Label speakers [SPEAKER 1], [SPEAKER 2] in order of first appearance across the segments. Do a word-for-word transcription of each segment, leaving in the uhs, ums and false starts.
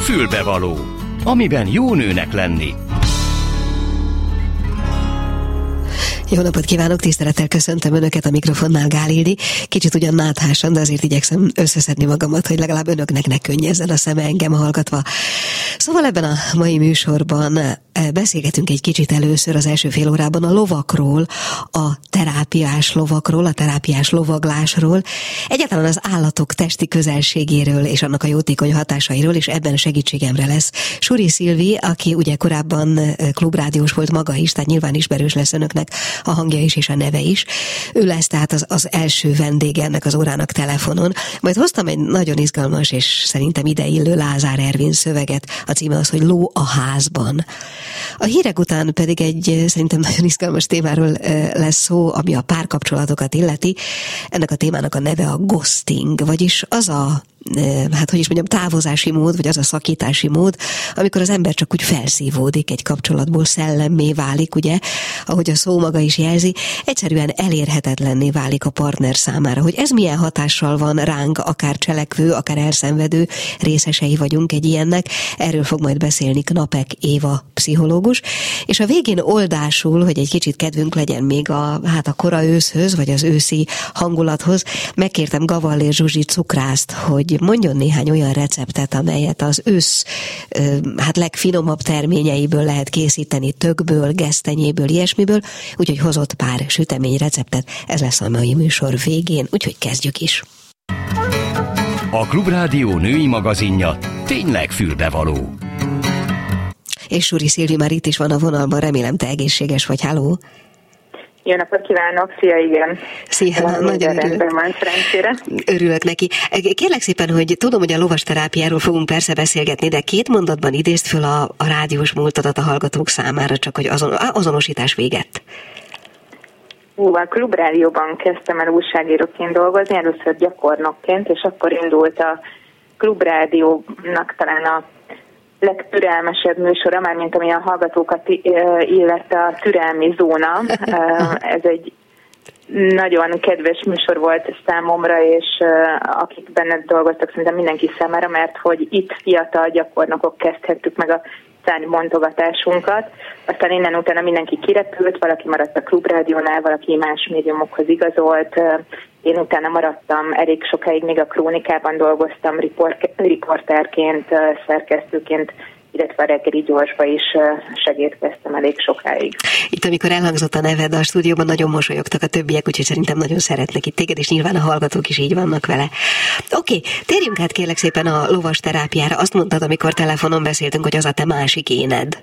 [SPEAKER 1] Fülbevaló, amiben jó nőnek lenni.
[SPEAKER 2] Jó napot kívánok, tisztelettel köszöntöm Önöket, a mikrofonnál Gál Ildi. Kicsit ugyan náthásan, de azért igyekszem összeszedni magamat, hogy legalább Önöknek ne könnyezzen a szeme engem hallgatva. Szóval ebben a mai műsorban beszélgetünk egy kicsit először az első fél órában a lovakról, a terápiás lovakról, a terápiás lovaglásról, egyáltalán az állatok testi közelségéről és annak a jótékony hatásairól, és ebben segítségemre lesz Suri Szilvi, aki ugye korábban klubrádiós volt maga is, tehát nyilván ismerős lesz Önöknek a hangja is és a neve is. Ő lesz tehát az, az első vendége ennek az órának telefonon. Majd hoztam egy nagyon izgalmas és szerintem ideillő Lázár Ervin szöveget. A címe az, hogy Ló a házban. A hírek után pedig egy szerintem nagyon izgalmas témáról lesz szó, ami a párkapcsolatokat illeti. Ennek a témának a neve a ghosting, vagyis az a hát hogy is mondjam, távozási mód, vagy az a szakítási mód, amikor az ember csak úgy felszívódik egy kapcsolatból, szellemmé válik, ugye, ahogy a szó maga is jelzi, egyszerűen elérhetetlenné válik a partner számára. Hogy ez milyen hatással van ránk, akár cselekvő, akár elszenvedő részesei vagyunk egy ilyennek, erről fog majd beszélni Knapek Éva pszichológus, és a végén oldásul, hogy egy kicsit kedvünk legyen még a, hát a kora őszhöz, vagy az őszi hangulathoz, megkértem Gavallér Zsuzsi cukrászt, hogy mondjon néhány olyan receptet, amelyet az ősz hát legfinomabb terményeiből lehet készíteni, tökből, gesztenyéből, ilyesmiből, úgyhogy hozott pár sütemény receptet, ez lesz a mai műsor végén, úgyhogy kezdjük is.
[SPEAKER 1] A Klubrádió női magazinja tényleg fülbevaló.
[SPEAKER 2] És Suri Szilvi már itt is van a vonalban, remélem te egészséges vagy, halló?
[SPEAKER 3] Jó napot kívánok, szia, igen.
[SPEAKER 2] Szia, nagyon örülök.
[SPEAKER 3] Van,
[SPEAKER 2] örülök neki. Kérlek szépen, hogy tudom, hogy a lovasterápiáról fogunk persze beszélgetni, de két mondatban idézd föl a, a rádiós múltadat a hallgatók számára, csak hogy azon, azonosítás véget.
[SPEAKER 3] Hú, a Klubrádióban kezdtem el újságíróként dolgozni, először gyakornokként, és akkor indult a Klubrádiónak talán a legtürelmesebb műsora, mármint ami a hallgatókat illette, a türelmi zóna. Ez egy nagyon kedves műsor volt számomra, és akik benne dolgoztak, szerintem mindenki számára, mert hogy itt fiatal gyakornokok kezdhettük meg a szárnybontogatásunkat. Aztán innen utána mindenki kirepült, valaki maradt a Klubrádiónál, valaki más médiumokhoz igazolt. Én utána maradtam elég sokáig, még a Krónikában dolgoztam riporterként, szerkesztőként, illetve a Reggeli Gyorsba is segédkeztem elég sokáig.
[SPEAKER 2] Itt, amikor elhangzott a neved a stúdióban, nagyon mosolyogtak a többiek, úgyhogy szerintem nagyon szeretnek itt téged, és nyilván a hallgatók is így vannak vele. Oké, okay, térjünk át kérlek szépen a lovas terápiára. Azt mondtad, amikor telefonon beszéltünk, hogy az a te másik éned.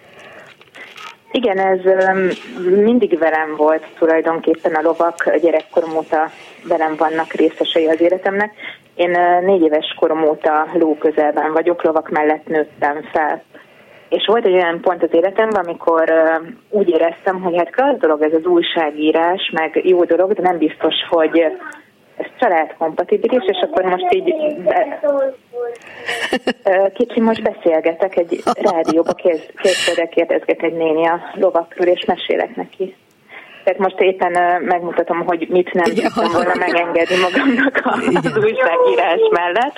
[SPEAKER 3] Igen, ez mindig velem volt tulajdonképpen, a lovak gyerekkorom óta velem vannak részesei az életemnek. Én négy éves korom óta ló közelben vagyok, lovak mellett nőttem fel. És volt egy olyan pont az életemben, amikor úgy éreztem, hogy hát klassz dolog ez az újságírás, meg jó dolog, de nem biztos, hogy ez családkompatibilis, és akkor most így be... kicsi most beszélgetek, egy rádióba készülre kérdezget egy néni a lovakról, és mesélek neki. Tehát most éppen megmutatom, hogy mit nem tudtam volna megengedni magamnak az újságírás mellett.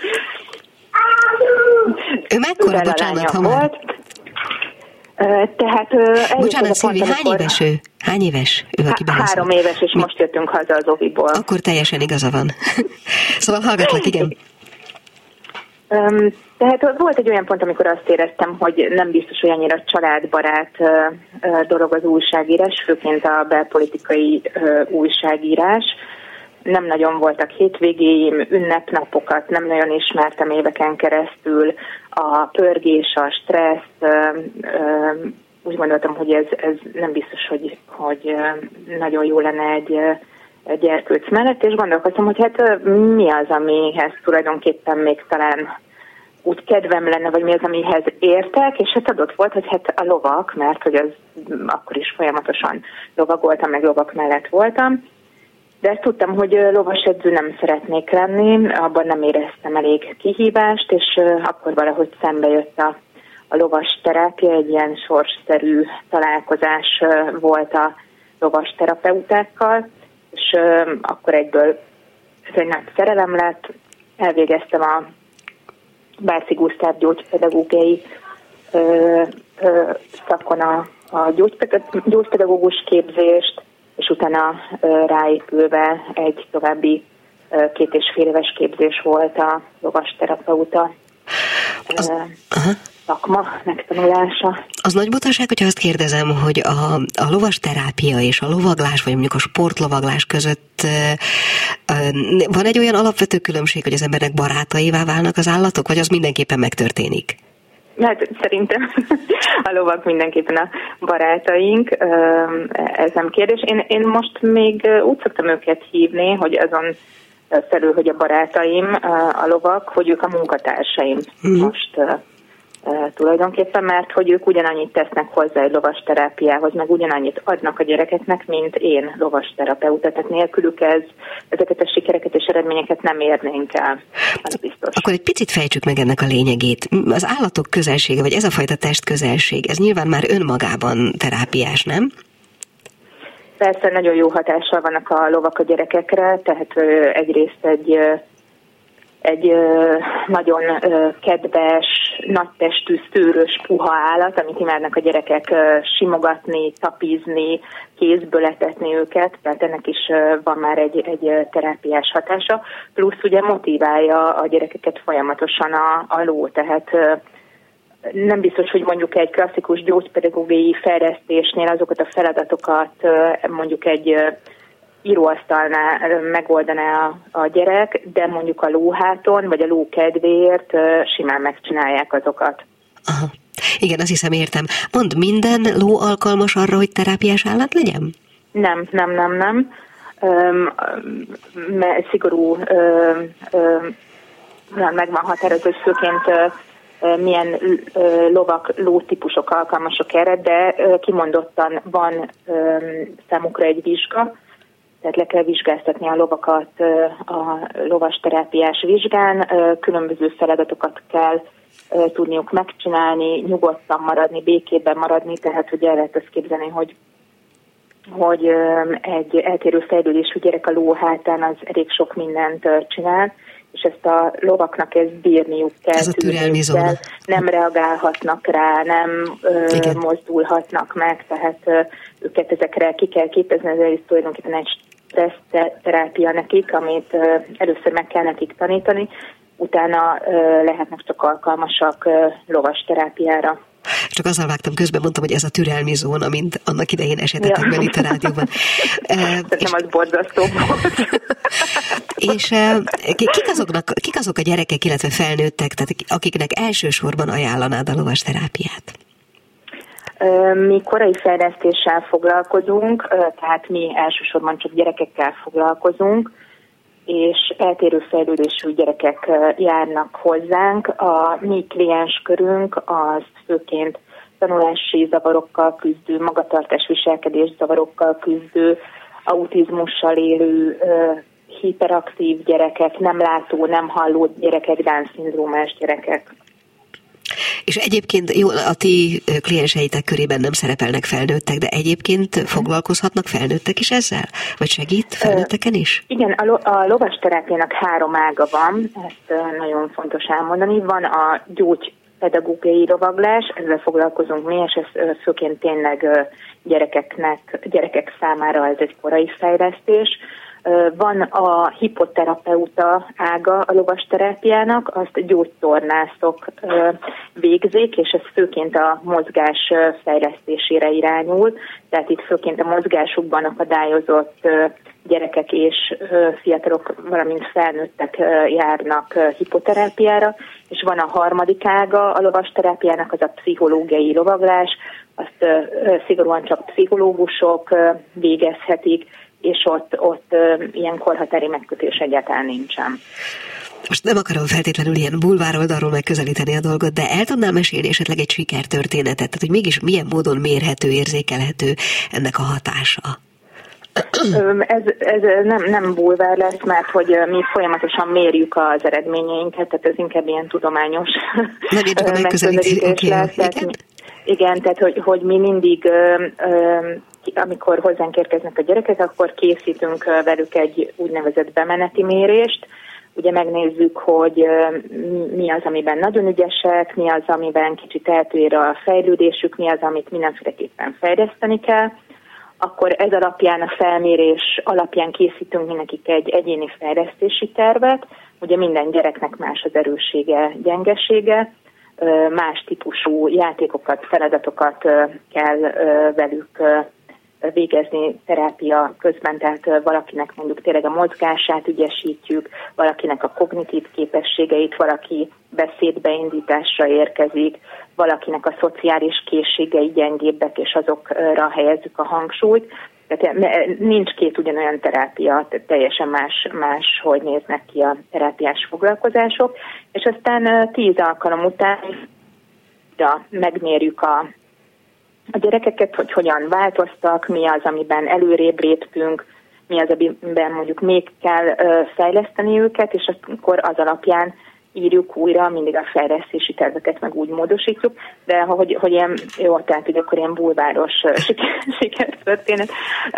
[SPEAKER 2] Ő mekkora, bocsánat, ha volt.
[SPEAKER 3] Tehát...
[SPEAKER 2] Bocsánat, Szilvi, hány amikor... éves ő? Hány éves ő, aki beleszólt?
[SPEAKER 3] Három éves, és Mi? most jöttünk haza az oviból.
[SPEAKER 2] Akkor teljesen igaza van. Szóval hallgatlak, igen.
[SPEAKER 3] Um, tehát volt egy olyan pont, amikor azt éreztem, hogy nem biztos, hogy annyira családbarát uh, uh, dolog az újságírás, főként a belpolitikai uh, újságírás. Nem nagyon voltak hétvégéim, ünnepnapokat nem nagyon ismertem éveken keresztül, a pörgés, a stressz, uh, uh, úgy gondoltam, hogy ez, ez nem biztos, hogy, hogy uh, nagyon jó lenne egy uh, gyerkőc mellett, és gondolkoztam, hogy hát uh, mi az, amihez tulajdonképpen még talán úgy kedvem lenne, vagy mi az, amihez értek, és hát adott volt, hogy hát a lovak, mert hogy az akkor is folyamatosan lovagoltam, meg lovak mellett voltam, de ezt tudtam, hogy lovasedző nem szeretnék lenni, abban nem éreztem elég kihívást, és akkor valahogy szembe jött a, a lovas terápia, egy ilyen sorsszerű találkozás volt a lovas terapeutákkal, és akkor egyből ez egy nagy szerelem lett, elvégeztem a Bárci Gusztáv gyógypedagógiai ö, ö, szakon a, a gyógypedagógus képzést, és utána ö, ráépülve egy további ö, két és fél éves képzés volt a lovasterapeuta
[SPEAKER 2] az,
[SPEAKER 3] ö, szakma megtanulása.
[SPEAKER 2] Az nagy butaság, hogyha azt kérdezem, hogy a, a lovasterápia és a lovaglás, vagy mondjuk a sportlovaglás között van egy olyan alapvető különbség, hogy az emberek barátaivá válnak az állatok, vagy az mindenképpen megtörténik?
[SPEAKER 3] Hát szerintem a lovak mindenképpen a barátaink, ez nem kérdés. Én, én most még úgy szoktam őket hívni, hogy azon felül, hogy a barátaim, a lovak, hogy ők a munkatársaim mm. most tulajdonképpen, mert hogy ők ugyanannyit tesznek hozzá egy lovasterápiához, meg ugyanannyit adnak a gyerekeknek, mint én lovasterapeuta, tehát nélkülük ez, ezeket a sikereket és eredményeket nem érnénk el, az biztos.
[SPEAKER 2] Akkor egy picit fejtsük meg ennek a lényegét. Az állatok közelsége, vagy ez a fajta testközelség, ez nyilván már önmagában terápiás, nem?
[SPEAKER 3] Persze nagyon jó hatással vannak a lovak a gyerekekre, tehát egyrészt egy egy ö, nagyon ö, kedves, nagytestű, szőrös, puha állat, amit imádnak a gyerekek ö, simogatni, tapizni, kézből etetni őket, tehát ennek is ö, van már egy, egy terápiás hatása, plusz ugye motiválja a gyerekeket folyamatosan a, a ló, tehát ö, nem biztos, hogy mondjuk egy klasszikus gyógypedagógiai fejlesztésnél azokat a feladatokat ö, mondjuk egy ö, íróasztalnál megoldaná a, a gyerek, de mondjuk a lóháton, vagy a ló kedvéért simán megcsinálják azokat.
[SPEAKER 2] Aha. Igen, azt hiszem értem. Mondd, minden ló alkalmas arra, hogy terápiás állat legyen?
[SPEAKER 3] Nem, nem, nem, nem. Öm, mert szigorú öm, öm, meg van határozva, hogy főként öm, milyen öm, lovak, lótípusok alkalmasok erre, de öm, kimondottan van öm, számukra egy vizsga, tehát le kell vizsgáztatni a lovakat a lovasterápiás vizsgán, különböző feladatokat kell tudniuk megcsinálni, nyugodtan maradni, békében maradni, tehát hogy el lehet azt képzelni, hogy, hogy egy eltérő fejlődésű gyerek a ló hátán az elég sok mindent csinál, és ezt a lovaknak ezt bírniuk kell,
[SPEAKER 2] ez a türelmi zóna.
[SPEAKER 3] Nem reagálhatnak rá, nem ö, mozdulhatnak meg, tehát ö, őket ezekre ki kell képezni, ez tulajdonképpen egy stressz terápia nekik, amit ö, először meg kell nekik tanítani, utána ö, lehetnek csak alkalmasak ö, lovas terápiára.
[SPEAKER 2] Csak azzal vágtam, közben mondtam, hogy ez a türelmi zóna, mint annak idején esetetekben ja. Itt a rádióban.
[SPEAKER 3] Tehát és, nem az borzasztó volt.
[SPEAKER 2] És kik, azoknak, kik azok a gyerekek, illetve felnőttek, tehát akiknek elsősorban ajánlanád a lovasterápiát?
[SPEAKER 3] Mi korai fejlesztéssel foglalkozunk, tehát mi elsősorban csak gyerekekkel foglalkozunk, és eltérő fejlődésű gyerekek járnak hozzánk. A mi klienskörünk az főként tanulási zavarokkal küzdő, magatartás viselkedés zavarokkal küzdő, autizmussal élő, hiperaktív gyerekek, nem látó, nem halló gyerekek, Down-szindrómás gyerekek.
[SPEAKER 2] És egyébként jó, a ti klienseitek körében nem szerepelnek felnőttek, de egyébként foglalkozhatnak felnőttek is ezzel? Vagy segít felnőtteken is?
[SPEAKER 3] Igen, a, lo- a lovasterápiának három ága van, ezt nagyon fontos elmondani. Van a gyógypedagógiai lovaglás, ezzel foglalkozunk mi, és ez főként tényleg gyerekeknek, gyerekek számára ez egy korai fejlesztés. Van a hipoterapeuta ága a lovasterápiának, azt gyógytornászok végzik, és ez főként a mozgás fejlesztésére irányul, tehát itt főként a mozgásukban akadályozott gyerekek és fiatalok, valamint felnőttek járnak hipoterápiára, és van a harmadik ága a lovasterápiának, az a pszichológiai lovaglás, azt szigorúan csak pszichológusok végezhetik, és ott, ott ö, ilyen korhatári megkötés egyáltalán nincsen.
[SPEAKER 2] Most nem akarom feltétlenül ilyen bulvároldalról megközelíteni a dolgot, de el tudnál mesélni esetleg egy sikertörténetet, tehát hogy mégis milyen módon mérhető, érzékelhető ennek a hatása?
[SPEAKER 3] Ez, ez nem, nem bulvár lesz, mert hogy mi folyamatosan mérjük az eredményeinket, tehát ez inkább ilyen tudományos megközelítés lesz. Tehát, igen, tehát hogy, hogy mi mindig, ö, ö, amikor hozzánk érkeznek a gyerekek, akkor készítünk velük egy úgynevezett bemeneti mérést, ugye megnézzük, hogy mi az, amiben nagyon ügyesek, mi az, amiben kicsit eltér a fejlődésük, mi az, amit mindenféleképpen fejleszteni kell, akkor ez alapján, a felmérés alapján készítünk mindenkik egy egyéni fejlesztési tervet. Ugye minden gyereknek más az erőssége, gyengesége, más típusú játékokat, feladatokat kell velük végezni terápia közben, tehát valakinek mondjuk tényleg a mozgását ügyesítjük, valakinek a kognitív képességeit, valaki beszédbeindításra érkezik, valakinek a szociális készségei gyengébbek, és azokra helyezzük a hangsúlyt. Tehát nincs két ugyanolyan terápia, teljesen más, más, hogy néznek ki a terápiás foglalkozások, és aztán tíz alkalom után megmérjük a a gyerekeket, hogy hogyan változtak, mi az, amiben előrébb léptünk, mi az, amiben mondjuk még kell fejleszteni őket, és akkor az alapján írjuk újra, mindig a fejlesztési terveket meg úgy módosítjuk, de hogy, hogy ilyen, jó, tehát hogy akkor ilyen bulváros sikertörténet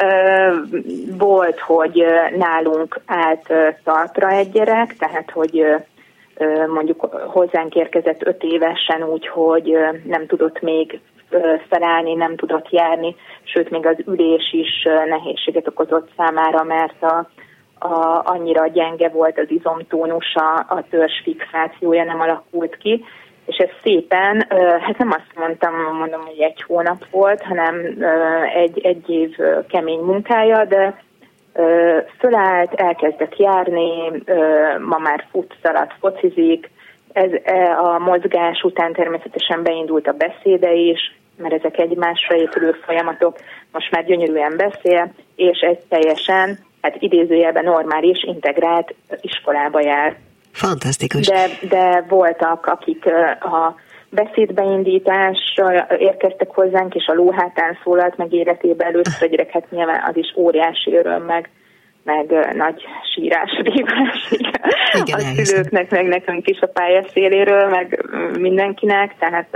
[SPEAKER 3] volt, hogy nálunk állt talpra egy gyerek, tehát hogy mondjuk hozzánk érkezett öt évesen úgy, hogy nem tudott még felállni, nem tudott járni, sőt még az ülés is nehézséget okozott számára, mert a, a, annyira gyenge volt az izomtónusa, a törzs fixációja nem alakult ki, és ez szépen, hát nem azt mondtam, mondom, hogy egy hónap volt, hanem egy, egy év kemény munkája, de fölállt, elkezdett járni, ma már fut, szalad, focizik, ez, a mozgás után természetesen beindult a beszéde is, mert ezek egymásra épülő folyamatok, most már gyönyörűen beszél, és egy teljesen, hát idézőjelben normális, integrált iskolába jár.
[SPEAKER 2] Fantasztikus.
[SPEAKER 3] De, de voltak, akik a beszédbeindításra érkeztek hozzánk, és a lóhátán szólalt meg életében először a gyerek, hát nyilván az is óriási öröm, meg, meg nagy sírás, rívás a szülőknek, meg nekünk is a pálya széléről, meg mindenkinek, tehát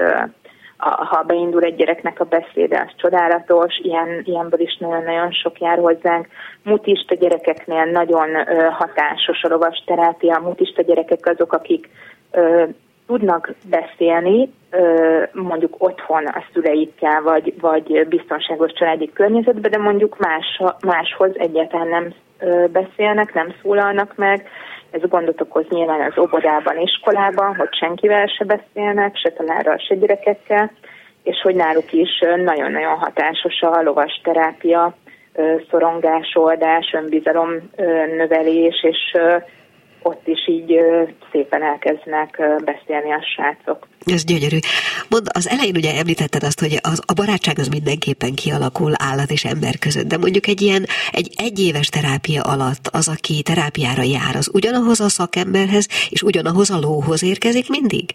[SPEAKER 3] ha beindul egy gyereknek a beszéde, az csodálatos, ilyen, ilyenből is nagyon-nagyon sok jár hozzánk. Mutista gyerekeknél nagyon hatásos a lovas terápia. Mutista gyerekek azok, akik ö, tudnak beszélni, ö, mondjuk otthon a szüleikkel, vagy, vagy biztonságos családi környezetben, de mondjuk más, máshoz egyáltalán nem ö, beszélnek, nem szólalnak meg. Ez gondot okoz nyilván az óvodában, iskolában, hogy senkivel se beszélnek, se tanárral, se gyerekekkel, és hogy náluk is nagyon-nagyon hatásos a lovas terápia, szorongásoldás, önbizalom növelés, és ott is így szépen elkezdenek beszélni a srácok.
[SPEAKER 2] Ez gyönyörű. Mondd, az elején ugye említetted azt, hogy az, a barátság az mindenképpen kialakul állat és ember között, de mondjuk egy ilyen, egy egyéves terápia alatt az, aki terápiára jár, az ugyanahoz a szakemberhez és ugyanahoz a lóhoz érkezik mindig?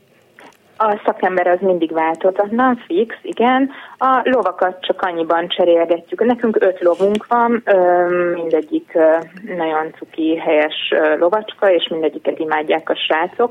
[SPEAKER 3] A szakember az mindig változatlan, fix, igen. A lovakat csak annyiban cserélgetjük. Nekünk öt lovunk van, mindegyik nagyon cuki, helyes lovacska, és mindegyiket imádják a srácok.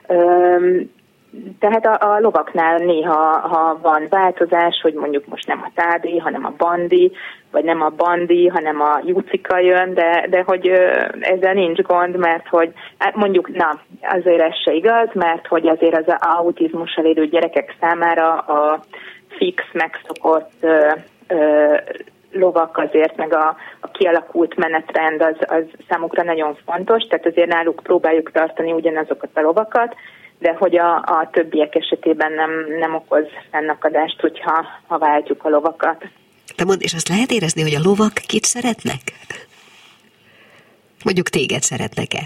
[SPEAKER 3] Tehát a, a lovaknál néha, ha van változás, hogy mondjuk most nem a tádi, hanem a bandi, vagy nem a bandi, hanem a jucika jön, de, de hogy ezzel nincs gond, mert hogy mondjuk, na, azért ez se igaz, mert hogy azért az autizmussal élő gyerekek számára a fix, megszokott ö, ö, lovak azért, meg a, a kialakult menetrend az, az számukra nagyon fontos, tehát azért náluk próbáljuk tartani ugyanazokat a lovakat, de hogy a, a többiek esetében nem, nem okoz fennakadást, hogyha ha váltjuk a lovakat.
[SPEAKER 2] Te mondd, és azt lehet érezni, hogy a lovak kit szeretnek? Mondjuk téged szeretnek-e?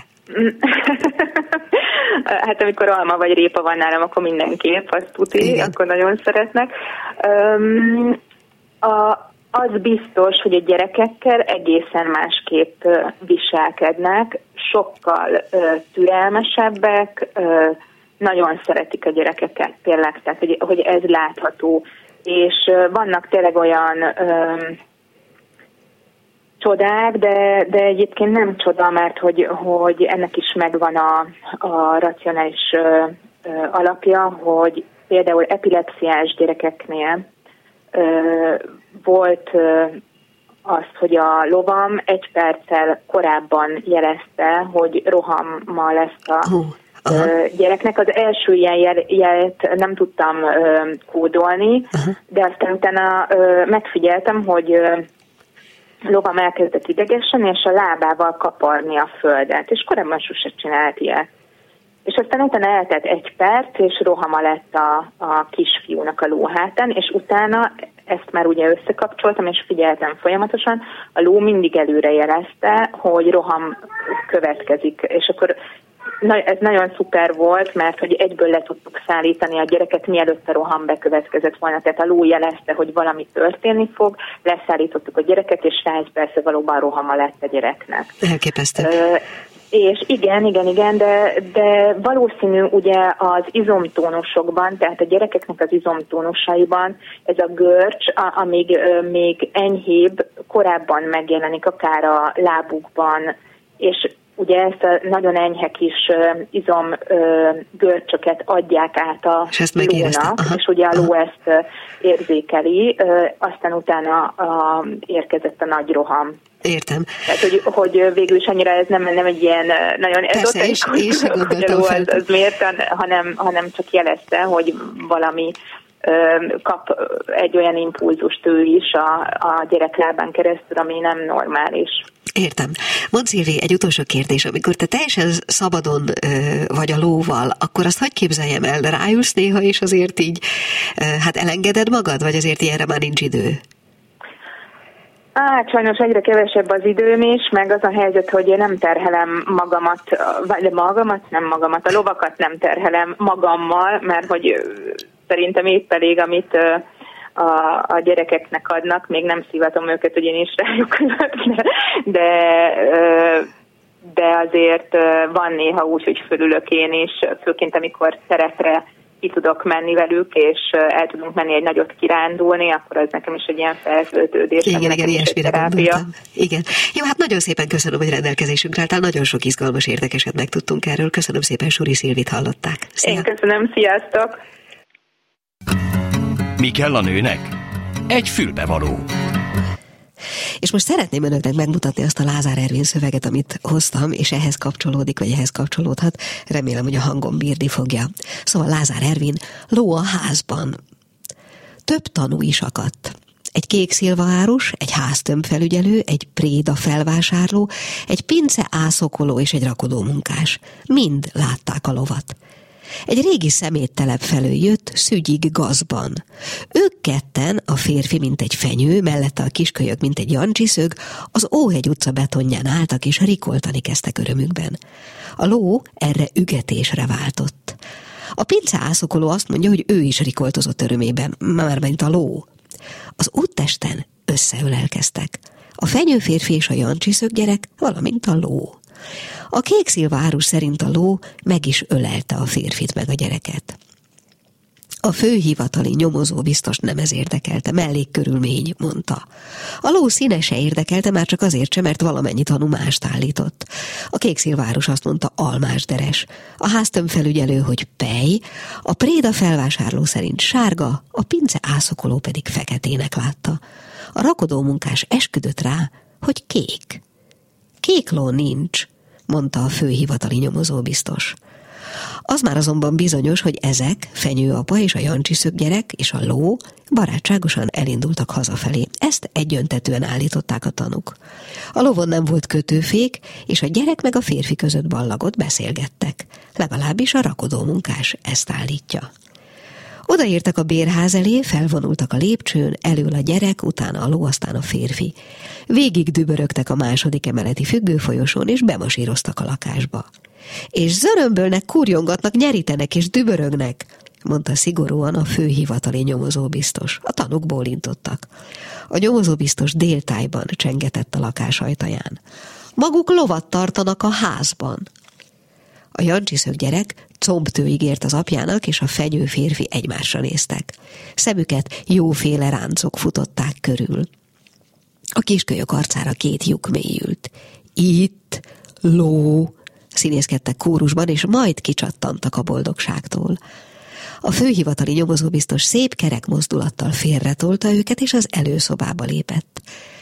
[SPEAKER 3] Hát amikor alma vagy répa van nálam, akkor mindenképp, azt tuti, akkor nagyon szeretnek. Um, a, az biztos, hogy a gyerekekkel egészen másképp viselkednek, sokkal uh, türelmesebbek, uh, nagyon szeretik a gyerekeket tényleg, tehát hogy, hogy ez látható. És uh, vannak tényleg olyan um, csodák, de, de egyébként nem csoda, mert hogy, hogy ennek is megvan a, a racionális uh, uh, alapja, hogy például epilepsziás gyerekeknél uh, volt uh, azt, hogy a lovam egy perccel korábban jelezte, hogy rohammal lesz a uh, gyereknek. Az első ilyen jel, jelet nem tudtam uh, kódolni, uh-huh. de aztán utána uh, megfigyeltem, hogy uh, lovam elkezdett idegesen, és a lábával kaparni a földet, és korábban sose csinált ilyet. És aztán utána eltelt egy perc, és rohama lett a, a kisfiúnak a lóhátán, és utána ezt már ugye összekapcsoltam, és figyeltem folyamatosan, a ló mindig előre jelezte, hogy roham következik, és akkor na, ez nagyon szuper volt, mert hogy egyből le tudtuk szállítani a gyereket, mielőtt a roham bekövetkezett volna, tehát a ló jelezte, hogy valami történni fog, leszállítottuk a gyereket, és rá egy persze valóban rohama lett a gyereknek.
[SPEAKER 2] Elképesztő.
[SPEAKER 3] Ö, És igen, igen, igen, de, de valószínű ugye az izomtónusokban, tehát a gyerekeknek az izomtónusaiban ez a görcs, a, amíg ö, még enyhébb, korábban megjelenik akár a lábukban, és ugye ezt a nagyon enyhe kis ö, izom ö, görcsöket adják át a lónak, és ugye a ló ezt ö, érzékeli, ö, aztán utána a, érkezett a nagy roham.
[SPEAKER 2] Értem.
[SPEAKER 3] Tehát, hogy, hogy végül is annyira ez nem, nem egy ilyen nagyon ezoterikus, hogy a ló az, az miért, hanem, hanem csak jelezte, hogy valami ö, kap egy olyan impulzust ő is a, a gyerek lábán keresztül, ami nem normális.
[SPEAKER 2] Értem. Mondd, Szilvi, egy utolsó kérdés. Amikor te teljesen szabadon ö, vagy a lóval, akkor azt hogy képzeljem el? Ráülsz néha, és azért így ö, hát elengeded magad, vagy azért ilyenre már nincs idő?
[SPEAKER 3] Hát sajnos egyre kevesebb az időm is, meg az a helyzet, hogy én nem terhelem magamat, vagy magamat, nem magamat, a lovakat nem terhelem magammal, mert hogy szerintem épp elég, amit a, a gyerekeknek adnak, még nem szívatom őket, hogy én is rájuk de, de, de azért van néha úgy, hogy fölülök én is, főként amikor szerepre ki tudok menni velük, és el tudunk menni egy nagyot kirándulni, akkor az nekem is egy ilyen feltöltődés.
[SPEAKER 2] Igen, igen, ilyesmire gondoltam. Igen. Jó, hát nagyon szépen köszönöm, hogy rendelkezésünkre álltál, nagyon sok izgalmas, érdekeset megtudtunk erről. Köszönöm szépen, Suri Szilvit hallották. Szia.
[SPEAKER 3] Én köszönöm, sziasztok!
[SPEAKER 1] Mi kell a nőnek? Egy fülbevaló.
[SPEAKER 2] És most szeretném önöknek megmutatni azt a Lázár Ervin szöveget, amit hoztam, és ehhez kapcsolódik, vagy ehhez kapcsolódhat. Remélem, hogy a hangom bírni fogja. Szóval Lázár Ervin, Ló a házban. Több tanú is akadt. Egy kék szilvaárus, egy háztömbfelügyelő, egy préda felvásárló, egy pince ászokoló és egy rakodómunkás. Mind látták a lovat. Egy régi szeméttelep felől jött, szügyig gazban. Ők ketten, a férfi, mint egy fenyő, mellette a kiskölyök, mint egy jancsiszög, az Óhegy utca betonján álltak és rikoltani kezdtek örömükben. A ló erre ügetésre váltott. A pince ászokoló azt mondja, hogy ő is rikoltozott örömében, mármint a ló. Az úttesten összeölelkeztek. A fenyő férfi és a jancsiszög gyerek, valamint a ló. A kék szilvárus szerint a ló meg is ölelte a férfit meg a gyereket. A főhivatali nyomozó biztos nem ez érdekelte, mellékkörülmény, mondta. A ló színe se érdekelte, már csak azért sem, mert valamennyi tanú mást állított. A kék szilvárus azt mondta, almásderes. A háztömbfelügyelő, hogy pej, a préda felvásárló szerint sárga, a pince ászokoló pedig feketének látta. A rakodómunkás esküdött rá, hogy kék. Kék ló nincs, mondta a főhivatali nyomozó biztos. Az már azonban bizonyos, hogy ezek, fenyőapa és a jancsiszög gyerek és a ló barátságosan elindultak hazafelé. Ezt egyöntetűen állították a tanúk. A lovon nem volt kötőfék, és a gyerek meg a férfi között ballagott, beszélgettek. Legalábbis a rakodómunkás ezt állítja. Odaértek a bérház elé, felvonultak a lépcsőn, elől a gyerek, utána a ló, aztán a férfi. Végig dübörögtek a második emeleti függőfolyosón, és bemasíroztak a lakásba. És zörömbölnek, kurjongatnak, nyerítenek és dübörögnek, mondta szigorúan a főhivatali nyomozóbiztos. A tanúk bólintottak. A nyomozóbiztos déltájban csengetett a lakás ajtaján. Maguk lovat tartanak a házban. A jancsiszög gyerek combtőig ért az apjának, és a fenyő férfi egymásra néztek. Szemüket jóféle ráncok futották körül. A kiskölyök arcára két lyuk mélyült. Itt, ló, színészkedtek kórusban, és majd kicsattantak a boldogságtól. A főhivatali nyomozóbiztos szép kerek mozdulattal félretolta őket, és az előszobába lépett.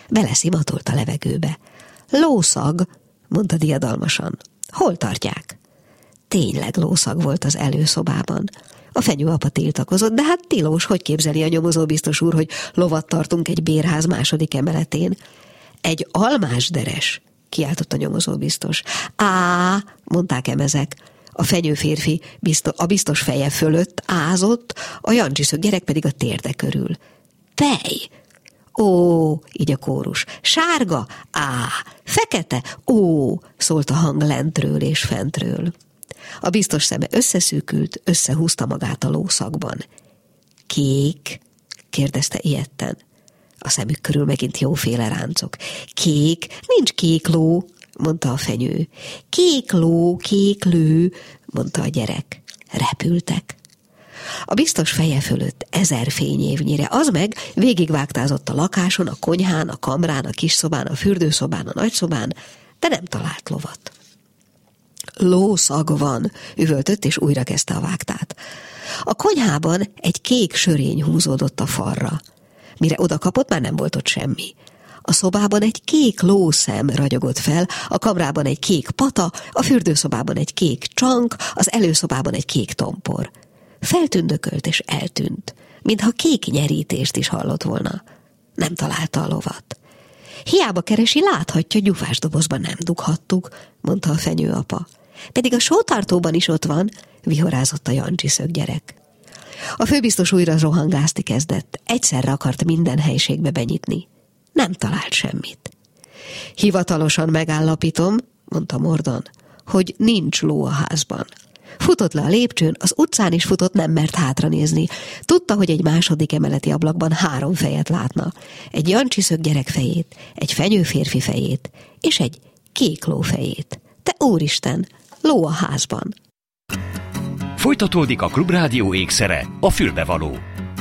[SPEAKER 2] beleszimatolt a levegőbe. Lószag, mondta diadalmasan. Hol tartják? Tényleg lószag volt az előszobában. A fenyőapa tiltakozott, de hát tilos, hogy képzeli a nyomozó biztos úr, hogy lovat tartunk egy bérház második emeletén. Egy almásderes, kiáltott a nyomozó biztos. Á, mondták emezek. A fenyőférfi biztos, a biztos feje fölött ázott, a jancsiszög gyerek pedig a térde körül. Pej! Ó, így a kórus. Sárga? Á, fekete? Ó, szólt a hang lentről és fentről. A biztos szeme összeszűkült, összehúzta magát a lószagban. Kék? Kérdezte ijedten. A szemük körül megint jóféle ráncok. Kék? Nincs kék ló, mondta a fenyő. Kék ló, kék lő, mondta a gyerek. Repültek. A biztos feje fölött ezer fényévnyire, az meg végigvágtázott a lakáson, a konyhán, a kamrán, a kisszobán, a fürdőszobán, a nagyszobán, de nem talált lovat. Lószag van, üvöltött, és újra kezdte a vágtát. A konyhában egy kék sörény húzódott a falra. Mire oda kapott, már nem volt ott semmi. A szobában egy kék lószem ragyogott fel, a kamrában egy kék pata, a fürdőszobában egy kék csank, az előszobában egy kék tompor. Feltündökölt és eltűnt, mintha kék nyerítést is hallott volna. Nem találta a lovat. Hiába keresi, láthatja, gyufás dobozban nem dughattuk, mondta a fenyőapa. Pedig a sótartóban is ott van, vihorázott a jancsiszög gyerek. A főbiztos újra rohangászni kezdett, egyszerre akart minden helységbe benyitni. Nem talált semmit. Hivatalosan megállapítom, mondta Mordon, hogy nincs ló a házban. Futott le a lépcsőn, az utcán is futott, nem mert hátranézni. Tudta, hogy egy második emeleti ablakban három fejet látna. Egy jancsiszög gyerek fejét, egy fenyőférfi fejét, és egy kék ló fejét. Te úristen, ló a házban!
[SPEAKER 1] Folytatódik a Klubrádió ékszere, a fülbevaló.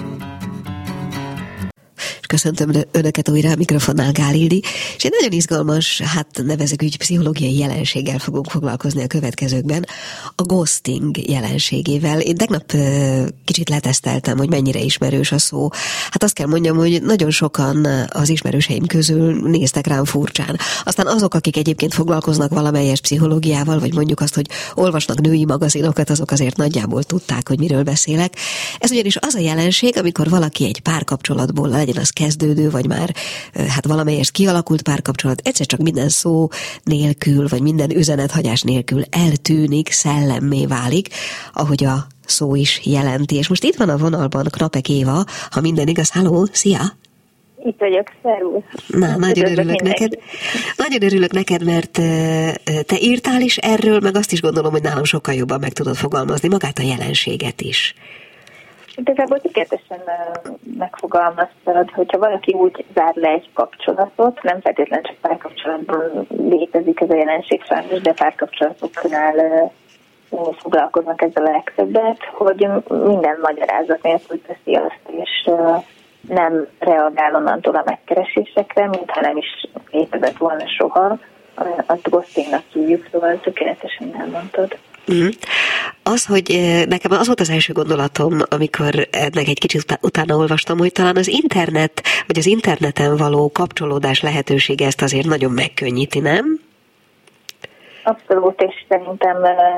[SPEAKER 2] Köszöntöm Önöket újra a mikrofonnál, Gál Ildi, és egy nagyon izgalmas, hát nevezük úgy, pszichológiai jelenséggel fogunk foglalkozni a következőkben, a ghosting jelenségével. Én tegnap kicsit leteszteltem, hogy mennyire ismerős a szó. Hát azt kell mondjam, hogy nagyon sokan az ismerőseim közül néztek rám furcsán. Aztán azok, akik egyébként foglalkoznak valamelyes pszichológiával, vagy mondjuk azt, hogy olvasnak női magazinokat, azok azért nagyjából tudták, hogy miről beszélek. Ez ugyanis az a jelenség, amikor valaki egy párkapcsolatból, legyen az kezdődő, vagy már hát valamelyest kialakult párkapcsolat, egyszer csak minden szó nélkül, vagy minden üzenethagyás nélkül eltűnik, szellemmé válik, ahogy a szó is jelenti. És most itt van a vonalban Knapek Éva, ha minden igaz. Halló, szia!
[SPEAKER 3] Itt vagyok, szervusz!
[SPEAKER 2] Na, nagyon örülök mindenki. neked. Nagyon örülök neked, mert te írtál is erről, meg azt is gondolom, hogy nálam sokkal jobban meg tudod fogalmazni magát a jelenséget is.
[SPEAKER 3] Igazából tökéletesen megfogalmaztad, hogyha valaki úgy zár le egy kapcsolatot, nem feltétlenül csak párkapcsolatban létezik ez a jelenség sajnos, de párkapcsolatoknál foglalkoznak ezzel a legtöbbet, hogy minden magyarázat nélkül teszi azt, és nem reagál onnantól a megkeresésekre, mintha nem is létezett volna soha. Azt ghostingnak hívjuk, szóval tökéletesen elmondtad.
[SPEAKER 2] Mm. Az, hogy nekem az volt az első gondolatom, amikor ennek egy kicsit utána olvastam, hogy talán az internet, vagy az interneten való kapcsolódás lehetősége ezt azért nagyon megkönnyíti, nem?
[SPEAKER 3] Abszolút, és szerintem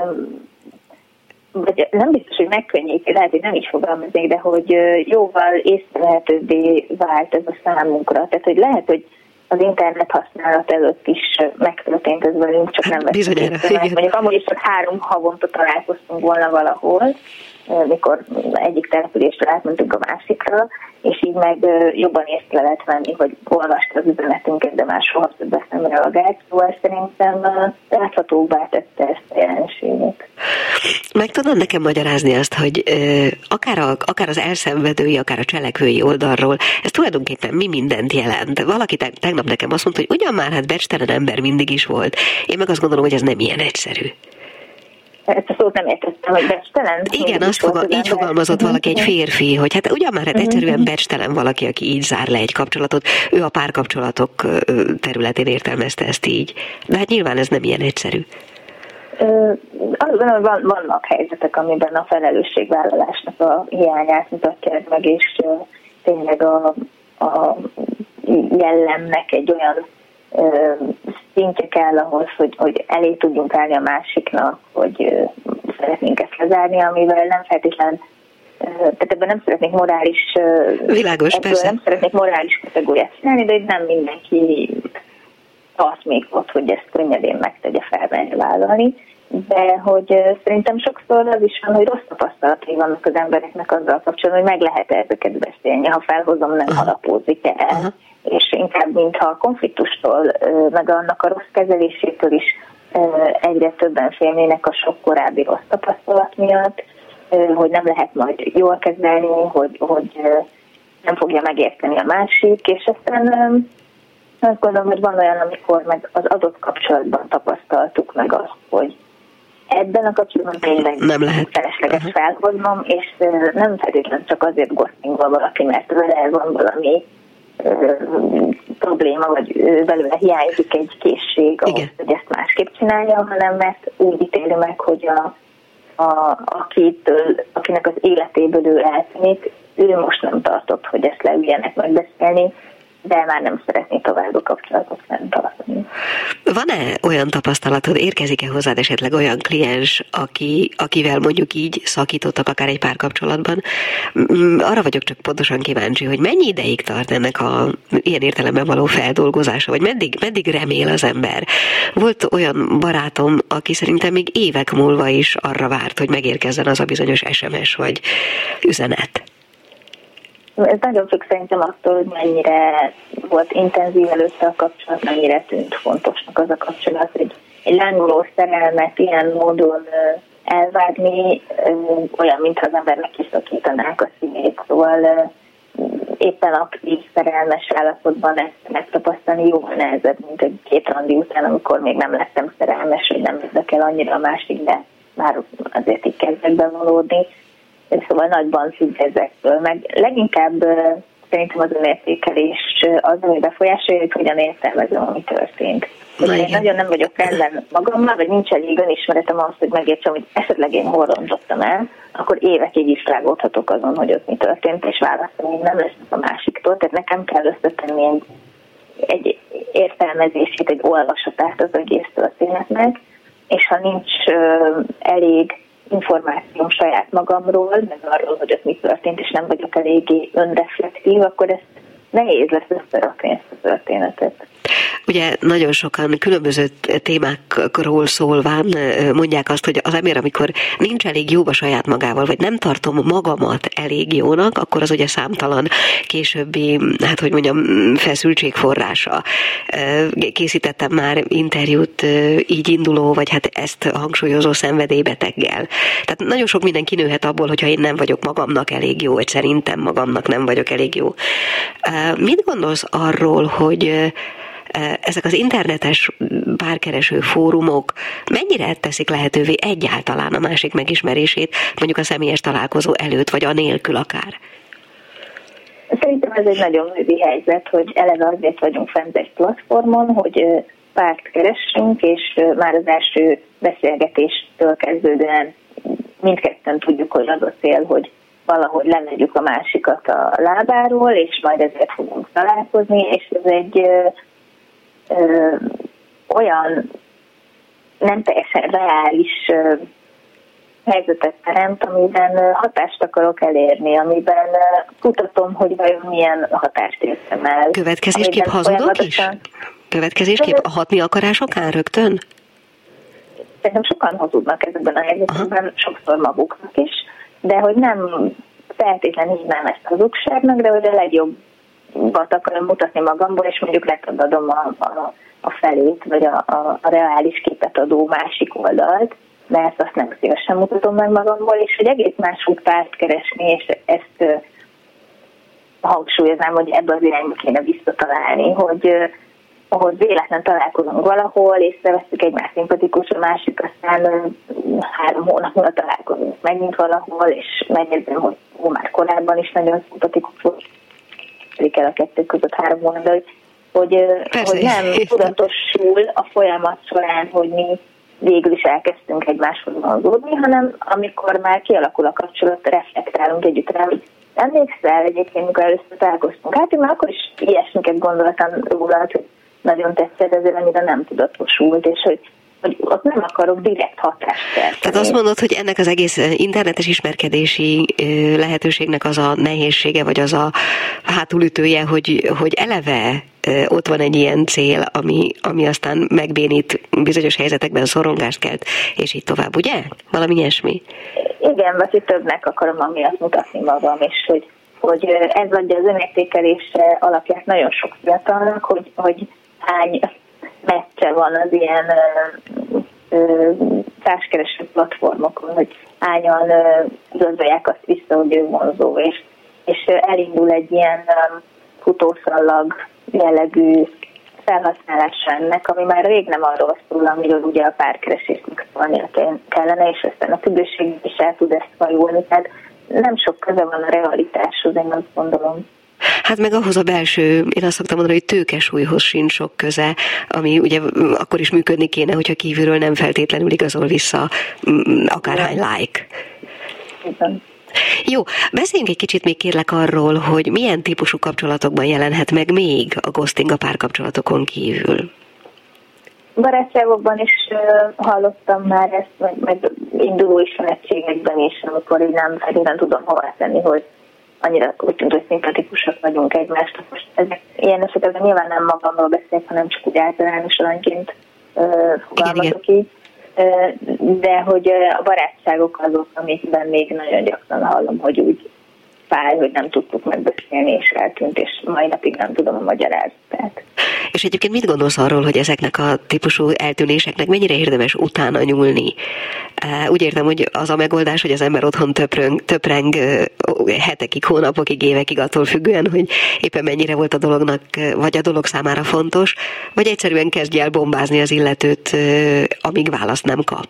[SPEAKER 3] vagy nem biztos, hogy megkönnyíti, lehet, hogy nem így fogalmaznék, de hogy jóval észrevehetőbbé vált ez a számunkra. Tehát, hogy lehet, hogy az internet használat előtt is megtörtént ez velünk, csak nem veszünk észre. Mondjuk amúgy is csak három havonta találkoztunk volna valahol, mikor egyik településről átmentünk a másikra, és így meg jobban észre lehet venni, hogy olvasta az üzenetünket, de már soha többet nem reagált. Szóval szerintem láthatóbbá tette ezt a jelenséget.
[SPEAKER 2] Meg tudod nekem magyarázni azt, hogy akár, a, akár az elszenvedői, akár a cselekvői oldalról, ez tulajdonképpen mi mindent jelent. Valaki tegnap nekem azt mondta, hogy ugyan már hát becstelen ember mindig is volt. Én meg azt gondolom, hogy ez nem ilyen egyszerű.
[SPEAKER 3] Ezt a szót nem értettem, hogy becstelen.
[SPEAKER 2] Igen, azt fogal, így fogalmazott valaki, egy férfi, hogy hát ugyan már hát egyszerűen becstelen valaki, aki így zár le egy kapcsolatot. Ő a párkapcsolatok területén értelmezte ezt így. De hát nyilván ez nem ilyen egyszerű.
[SPEAKER 3] Azt gondolom, hogy vannak helyzetek, amiben a felelősségvállalásnak a hiányát mutatják meg, és tényleg a, a
[SPEAKER 4] jellemnek egy olyan ö, szintje kell ahhoz, hogy, hogy elé tudjunk állni a másiknak, hogy ö, szeretnénk ezt lezárni, amivel nem feltétlenül, ö, tehát ebben nem szeretnék morális, ö,
[SPEAKER 2] Világos, persze.
[SPEAKER 4] nem szeretnék morális kategóriát csinálni, de nem mindenki tart még ott, hogy ezt könnyedén megtegye felvenni, vállalni. De hogy uh, szerintem sokszor az is van, hogy rossz tapasztalatai vannak az embereknek azzal kapcsolatban, hogy meg lehet ezeket beszélni, ha felhozom, nem harapózik el. Uh-huh. És inkább, mintha a konfliktustól, uh, meg annak a rossz kezelésétől is uh, egyre többen félnének a sok korábbi rossz tapasztalat miatt, uh, hogy nem lehet majd jól kezelni, hogy, hogy uh, nem fogja megérteni a másik, és aztán um, azt gondolom, hogy van olyan, amikor meg az adott kapcsolatban tapasztaltuk meg azt, hogy ebben a kapcsolatban tényleg
[SPEAKER 2] nem lehet
[SPEAKER 4] felesleges uh-huh. felhoznom, és uh, nem feltétlenül csak azért gosztingol valaki, mert vele van valami uh, probléma, vagy uh, belőle hiányzik egy készség ahhoz, hogy ezt másképp csinálja, hanem mert úgy ítéli meg, hogy a, a, akitől, akinek az életéből ő eltűnik, ő most nem tartott, hogy ezt leüljenek megbeszélni, de már nem szeretné tovább a kapcsolatot fenntartani.
[SPEAKER 2] Van-e olyan tapasztalatod, érkezik-e hozzád esetleg olyan kliens, aki, akivel mondjuk így szakítottak akár egy párkapcsolatban? Arra vagyok csak pontosan kíváncsi, hogy mennyi ideig tart ennek a ilyen értelemben való feldolgozása, vagy meddig, meddig remél az ember? Volt olyan barátom, aki szerintem még évek múlva is arra várt, hogy megérkezzen az a bizonyos es em es vagy üzenet.
[SPEAKER 4] Ez nagyon függ szerintem attól, hogy mennyire volt intenzív előtte a kapcsolat, mennyire tűnt fontosnak az a kapcsolat, hogy egy lángoló szerelmet ilyen módon elvágni, olyan, mintha az embernek kiszakítanák a szívét. Szóval éppen aktív szerelmes állapotban ezt megtapasztalni jóval nehezebb, mint egy két randi után, amikor még nem lettem szerelmes, hogy nem érdekel annyira a másik, de már azért így kezdek bevonódni. Szóval nagyban függ ezektől. Meg leginkább uh, szerintem az önértékelés az, ami befolyásolja, hogy hogyan értelmezem, ami történt. Na, én nagyon nem vagyok rendben magammal, vagy nincs elég önismeretem ahhoz, hogy megértsem, hogy esetleg én hol rontottam el, akkor évekig is rágódhatok azon, hogy ott mi történt, és választom, hogy nem lesz a másiktól. Tehát nekem kell összetenni egy, egy értelmezését, egy olvasatát az egész történetnek, és ha nincs uh, elég információm saját magamról, meg arról, hogy ott mi történt, és nem vagyok eléggé önreflektív, akkor ezt nehéz lesz összerakni ezt a történetet.
[SPEAKER 2] Ugye nagyon sokan különböző témákról szólván mondják azt, hogy az ember, amikor nincs elég jóba saját magával, vagy nem tartom magamat elég jónak, akkor az ugye számtalan későbbi, hát hogy mondjam, feszültségforrása. Készítettem már interjút így induló, vagy hát ezt hangsúlyozó szenvedélybeteggel. Tehát nagyon sok minden kinőhet abból, hogyha én nem vagyok magamnak elég jó, vagy szerintem magamnak nem vagyok elég jó. Mit gondolsz arról, hogy ezek az internetes párkereső fórumok mennyire teszik lehetővé egyáltalán a másik megismerését, mondjuk a személyes találkozó előtt, vagy anélkül akár?
[SPEAKER 4] Szerintem ez egy nagyon női helyzet, hogy eleve azért vagyunk fent egy platformon, hogy párt keressünk, és már az első beszélgetéstől kezdődően mindketten tudjuk, hogy az a cél, hogy valahogy levegyük a másikat a lábáról, és majd ezért fogunk találkozni, és ez egy Ö, olyan nem teljesen reális ö, helyzetet teremt, amiben hatást akarok elérni, amiben ö, kutatom, hogy vajon milyen hatást értem el.
[SPEAKER 2] Következésképp hazudok is? Következésképp a hatni akarásokán rögtön?
[SPEAKER 4] Szerintem sokan hazudnak ezekben a helyzetekben, aha, sokszor maguknak is, de hogy nem feltétlenül hívnám ezt hazugságnak, de hogy a legjobb vat akarom mutatni magamból, és mondjuk letadom a, a, a felét, vagy a, a, a reális képet adó másik oldalt, mert azt nem szívesen mutatom meg magamból, és hogy egész máshogy párt keresni, és ezt uh, hangsúlyoznám, hogy ebbe az irányba kéne visszatalálni, hogy uh, ahol véletlen találkozunk valahol, és veszük egymás szimpatikus, a másik aztán uh, három hónap múlva találkozunk megint valahol, és megjegyzem, hogy ó, már korábban is nagyon szimpatikus volt, el a kettő között három hónap, de hogy, hogy, hogy nem tudatosul a folyamat során, hogy mi végül is elkezdtünk egymáshoz vonzódni, hanem amikor már kialakul a kapcsolat, reflektálunk együtt rá, hogy emlékszel egyébként, amikor először találkoztunk? Hát én már akkor is ilyesmiket gondoltam róla, hogy nagyon tetszett, ezért annyira nem tudatosult, és hogy hogy ott nem akarok direkt hatást kelteni.
[SPEAKER 2] Tehát azt mondod, hogy ennek az egész internetes ismerkedési lehetőségnek az a nehézsége, vagy az a hátulütője, hogy, hogy eleve ott van egy ilyen cél, ami, ami aztán megbénít bizonyos helyzetekben, szorongást kelt, és így tovább, ugye? Valami ilyesmi?
[SPEAKER 4] Igen, vagy hogy többnek akarom amiatt mutatni magam, és hogy, hogy ez adja az önértékelésre alapját nagyon sok fiatalnak, hogy, hogy hány meccse van az ilyen ö, ö, társkereső platformokon, hogy hányan igazolják azt vissza, hogy ő vonzó, és, és elindul egy ilyen futószallag jellegű felhasználása ennek, ami már rég nem arról szól, amiről ugye a párkeresésnek szólnia kellene, és aztán a függőség is el tud ezt fajulni. Tehát nem sok köze van a realitáshoz, én azt gondolom.
[SPEAKER 2] Hát meg ahhoz a belső, én azt szoktam mondani, hogy tőkesúlyhoz sincs sok köze, ami ugye akkor is működni kéne, hogyha kívülről nem feltétlenül igazol vissza akárhány like.
[SPEAKER 4] Igen.
[SPEAKER 2] Jó, beszéljünk egy kicsit még kérlek arról, hogy milyen típusú kapcsolatokban jelenhet meg még a ghosting a párkapcsolatokon kívül.
[SPEAKER 4] Barátságokban is uh, hallottam már ezt, meg, meg induló ismerettségekben is, amikor így nem feltétlenül tudom hova tenni, hogy annyira úgy tűnt, hogy szimpatikusak vagyunk egymásnak. Most ezek, ilyen esetekben nyilván nem magamról beszélek, hanem csak úgy általános alanyként uh, fogalmazok így. Uh, de hogy uh, a barátságok azok, amikben még nagyon gyakran hallom, hogy úgy fáj, hogy nem tudtuk megbeszélni, és eltűnt, és mai napig nem tudom a magyarázatát.
[SPEAKER 2] És egyébként mit gondolsz arról, hogy ezeknek a típusú eltűnéseknek mennyire érdemes utána nyúlni? Úgy értem, hogy az a megoldás, hogy az ember otthon töpreng, töpreng hetekig, hónapokig, évekig attól függően, hogy éppen mennyire volt a dolognak, vagy a dolog számára fontos, vagy egyszerűen kezdj el bombázni az illetőt, amíg választ nem kap.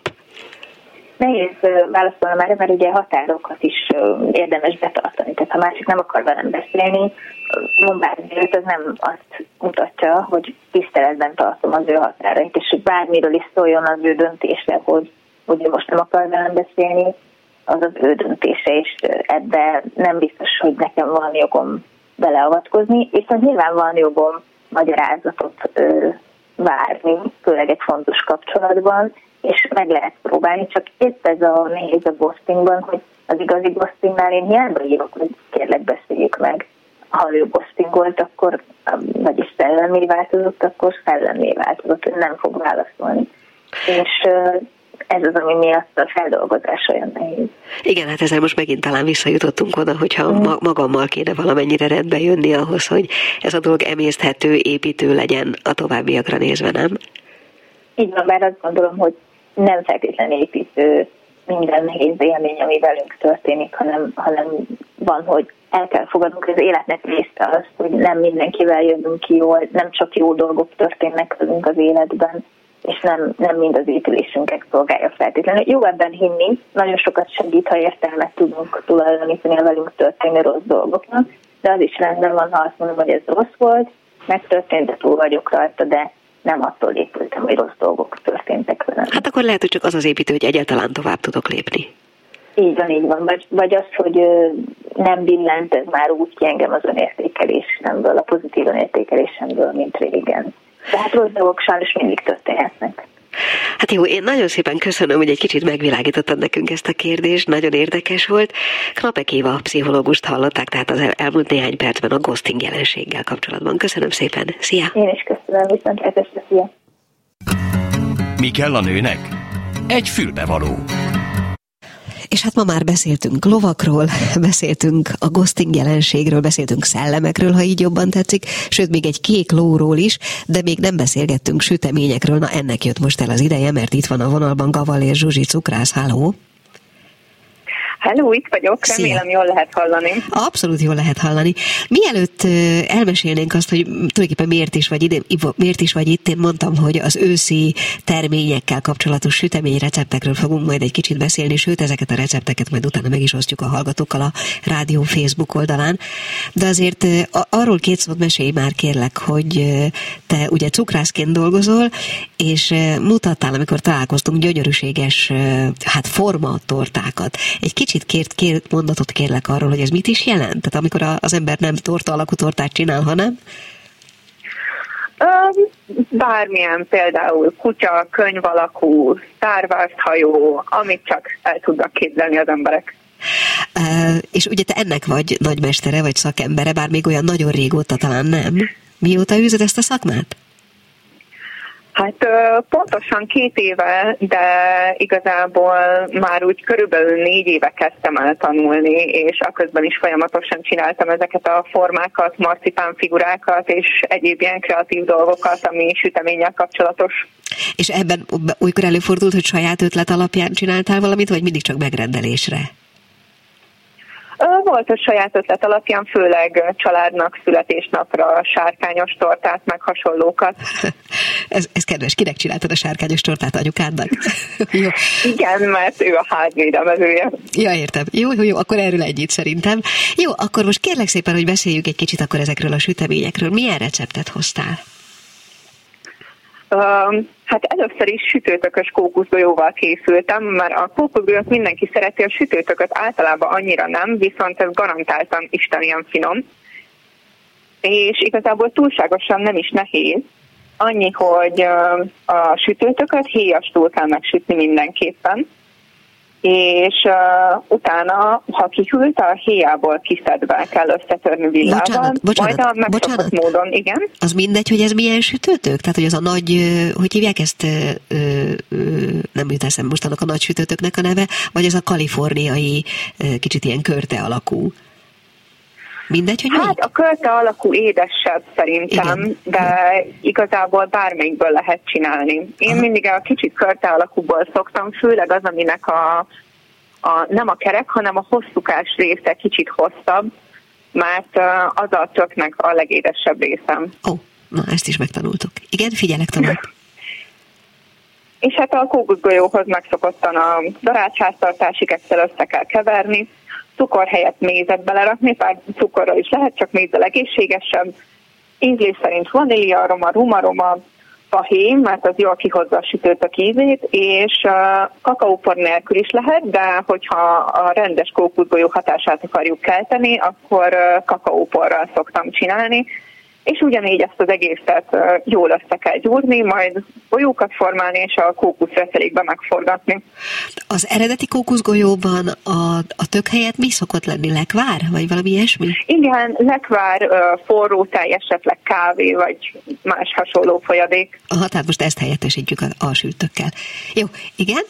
[SPEAKER 4] Nehéz válaszolni már, mert ugye határokat is érdemes betartani. Tehát ha másik nem akar velem beszélni, bombázni őt, az nem azt mutatja, hogy tiszteletben tartom az ő határait, és hogy bármiről is szóljon az ő döntése, hogy, hogy ő most nem akar velem beszélni, az az ő döntése, és ebben nem biztos, hogy nekem van jogom beleavatkozni, viszont nyilván van jogom magyarázatot ö, várni, főleg egy fontos kapcsolatban, és meg lehet próbálni, csak épp ez a nehéz a ghostingban, hogy az igazi ghostingnál én hiába írok, hogy kérlek beszéljük meg. Ha ő ghostingolt, akkor, vagyis szellemmé változott, akkor szellemmé változott, ő nem fog válaszolni. És ez az, ami miatt a feldolgozás olyan nehéz.
[SPEAKER 2] Igen, hát ezzel most megint talán visszajutottunk oda, hogyha mm. magammal kéne valamennyire rendbe jönni ahhoz, hogy ez a dolog emészthető, építő legyen a továbbiakra nézve, nem?
[SPEAKER 4] Így van, bár azt gondolom, hogy nem feltétlenül építő minden nehéz élmény, ami velünk történik, hanem, hanem van, hogy el kell fogadnunk, hogy az életnek része az, hogy nem mindenkivel jövünk ki jól, nem csak jó dolgok történnek velünk az életben, és nem, nem mind az épülésünket szolgálja feltétlenül. Jó ebben hinni, nagyon sokat segít, ha értelmet tudunk tulajdonítani a velünk történő rossz dolgoknak, de az is rendben van, ha azt mondom, hogy ez rossz volt, megtörtént, de túl vagyok rajta, de nem attól épültem, hogy rossz dolgok történtek velem.
[SPEAKER 2] Hát akkor lehet, hogy csak az az építő, hogy egyáltalán tovább tudok lépni.
[SPEAKER 4] Így van, így van. Vagy, vagy az, hogy nem billent, ez már úgy ki engem az önértékelésemből, a pozitív önértékelésemből, mint régen. De hát rossz dolgok sajnos mindig történhetnek.
[SPEAKER 2] Hát jó, én nagyon szépen köszönöm, hogy egy kicsit megvilágítottad nekünk ezt a kérdést, nagyon érdekes volt. Knapek Éva pszichológust hallották, tehát az elmúlt néhány percben a ghosting jelenséggel kapcsolatban. Köszönöm szépen, szia!
[SPEAKER 4] Én is köszönöm, viszontlátásra, szia!
[SPEAKER 1] Mi kell a nőnek? Egy fülbevaló.
[SPEAKER 2] És hát ma már beszéltünk lovakról, beszéltünk a ghosting jelenségről, beszéltünk szellemekről, ha így jobban tetszik, sőt még egy kék lóról is, de még nem beszélgettünk süteményekről. Na ennek jött most el az ideje, mert itt van a vonalban Gavallér Zsuzsi cukrász. Halló!
[SPEAKER 5] Hello, itt vagyok, remélem jól lehet hallani.
[SPEAKER 2] Abszolút jól lehet hallani. Mielőtt elmesélnénk azt, hogy tulajdonképpen miért is vagy itt, miért is vagy itt, én mondtam, hogy az őszi terményekkel kapcsolatos süteményreceptekről fogunk majd egy kicsit beszélni, sőt, ezeket a recepteket majd utána meg is osztjuk a hallgatókkal a rádió Facebook oldalán. De azért arról két szót mesélj már kérlek, hogy te ugye cukrászként dolgozol, és mutattál, amikor találkoztunk, gyönyörűséges hát formatortákat. Egy kicsit kicsit két, két mondatot kérlek arról, hogy ez mit is jelent? Tehát amikor az ember nem torta alakú tortát csinál, hanem...
[SPEAKER 5] Bármilyen, például kutya, könyv alakú, Star Wars hajó, amit csak el tudnak képzelni az emberek.
[SPEAKER 2] Uh, és ugye te ennek vagy nagymestere, vagy szakembere, bár még olyan nagyon régóta talán nem. Mióta űzöd ezt a szakmát?
[SPEAKER 5] Hát pontosan két éve, de igazából már úgy körülbelül négy éve kezdtem el tanulni, és aközben is folyamatosan csináltam ezeket a formákat, marcipán figurákat, és egyéb ilyen kreatív dolgokat, ami süteménnyel kapcsolatos.
[SPEAKER 2] És ebben olykor előfordult, hogy saját ötlet alapján csináltál valamit, vagy mindig csak megrendelésre?
[SPEAKER 5] Volt a saját ötlet alapján, főleg családnak születésnapra sárkányos tortát, meg hasonlókat.
[SPEAKER 2] ez, ez kedves, kinek csináltad a sárkányos tortát, anyukádnak? Jó.
[SPEAKER 5] Igen, mert ő a házvédelmezője.
[SPEAKER 2] Ja, értem. Jó, jó, jó, akkor erről ennyit szerintem. Jó, akkor most kérlek szépen, hogy beszéljünk egy kicsit akkor ezekről a süteményekről. Milyen receptet hoztál?
[SPEAKER 5] Um, hát először is sütőtökös kókuszgolyóval készültem, mert a kókuszgolyót mindenki szereti, a sütőtököt általában annyira nem, viszont ez garantáltan isten ilyen finom. És igazából túlságosan nem is nehéz. Annyi, hogy uh, a sütőtököt héjastul kell megsütni mindenképpen, és uh, utána, ha kihűlt, a héjából kiszedve kell összetörni villával.
[SPEAKER 2] Bocsánat, bocsánat,
[SPEAKER 5] majd a megszokott módon, igen.
[SPEAKER 2] Az mindegy, hogy ez milyen sütőtök? Tehát, hogy az a nagy, hogy hívják ezt, ö, ö, nem jut eszem most annak a nagy sütőtöknek a neve, vagy ez a kaliforniai, kicsit ilyen körte alakú? Mindegy, hogy
[SPEAKER 5] hát
[SPEAKER 2] melyik?
[SPEAKER 5] a körte alakú édesebb szerintem, igen. De igazából bármelyikből lehet csinálni. Én Aha. mindig a kicsit körte alakúból szoktam, főleg az, aminek a, a nem a kerek, hanem a hosszúkás része kicsit hosszabb, mert az a töknek a legédesebb részem.
[SPEAKER 2] Ó, oh, na ezt is megtanultuk. Igen, figyelek tovább.
[SPEAKER 5] És hát a kókuszgolyóhoz megszokottan a darácsháztartási kekszel össze kell keverni, cukor helyett mézet belerakni, pár cukorral is lehet, csak mézzel egészségesebb. Ízlés szerint vanília aroma, rumaroma, fahé, mert az jól kihozza a sütőtök ízét, és uh, kakaópor nélkül is lehet, de hogyha a rendes kókuszgolyó hatását akarjuk kelteni, akkor uh, kakaóporral szoktam csinálni, és ugyanígy ezt az egészet jól össze kell gyúrni, majd golyókat formálni, és a kókuszreszelékbe megforgatni.
[SPEAKER 2] Az eredeti kókuszgolyóban a, a tök helyett mi szokott lenni? Lekvár? Vagy valami ilyesmi?
[SPEAKER 5] Igen, lekvár, forró tej, esetleg kávé, vagy más hasonló folyadék.
[SPEAKER 2] Aha, tehát most ezt helyettesítjük a, a sültökkel. Jó, igen?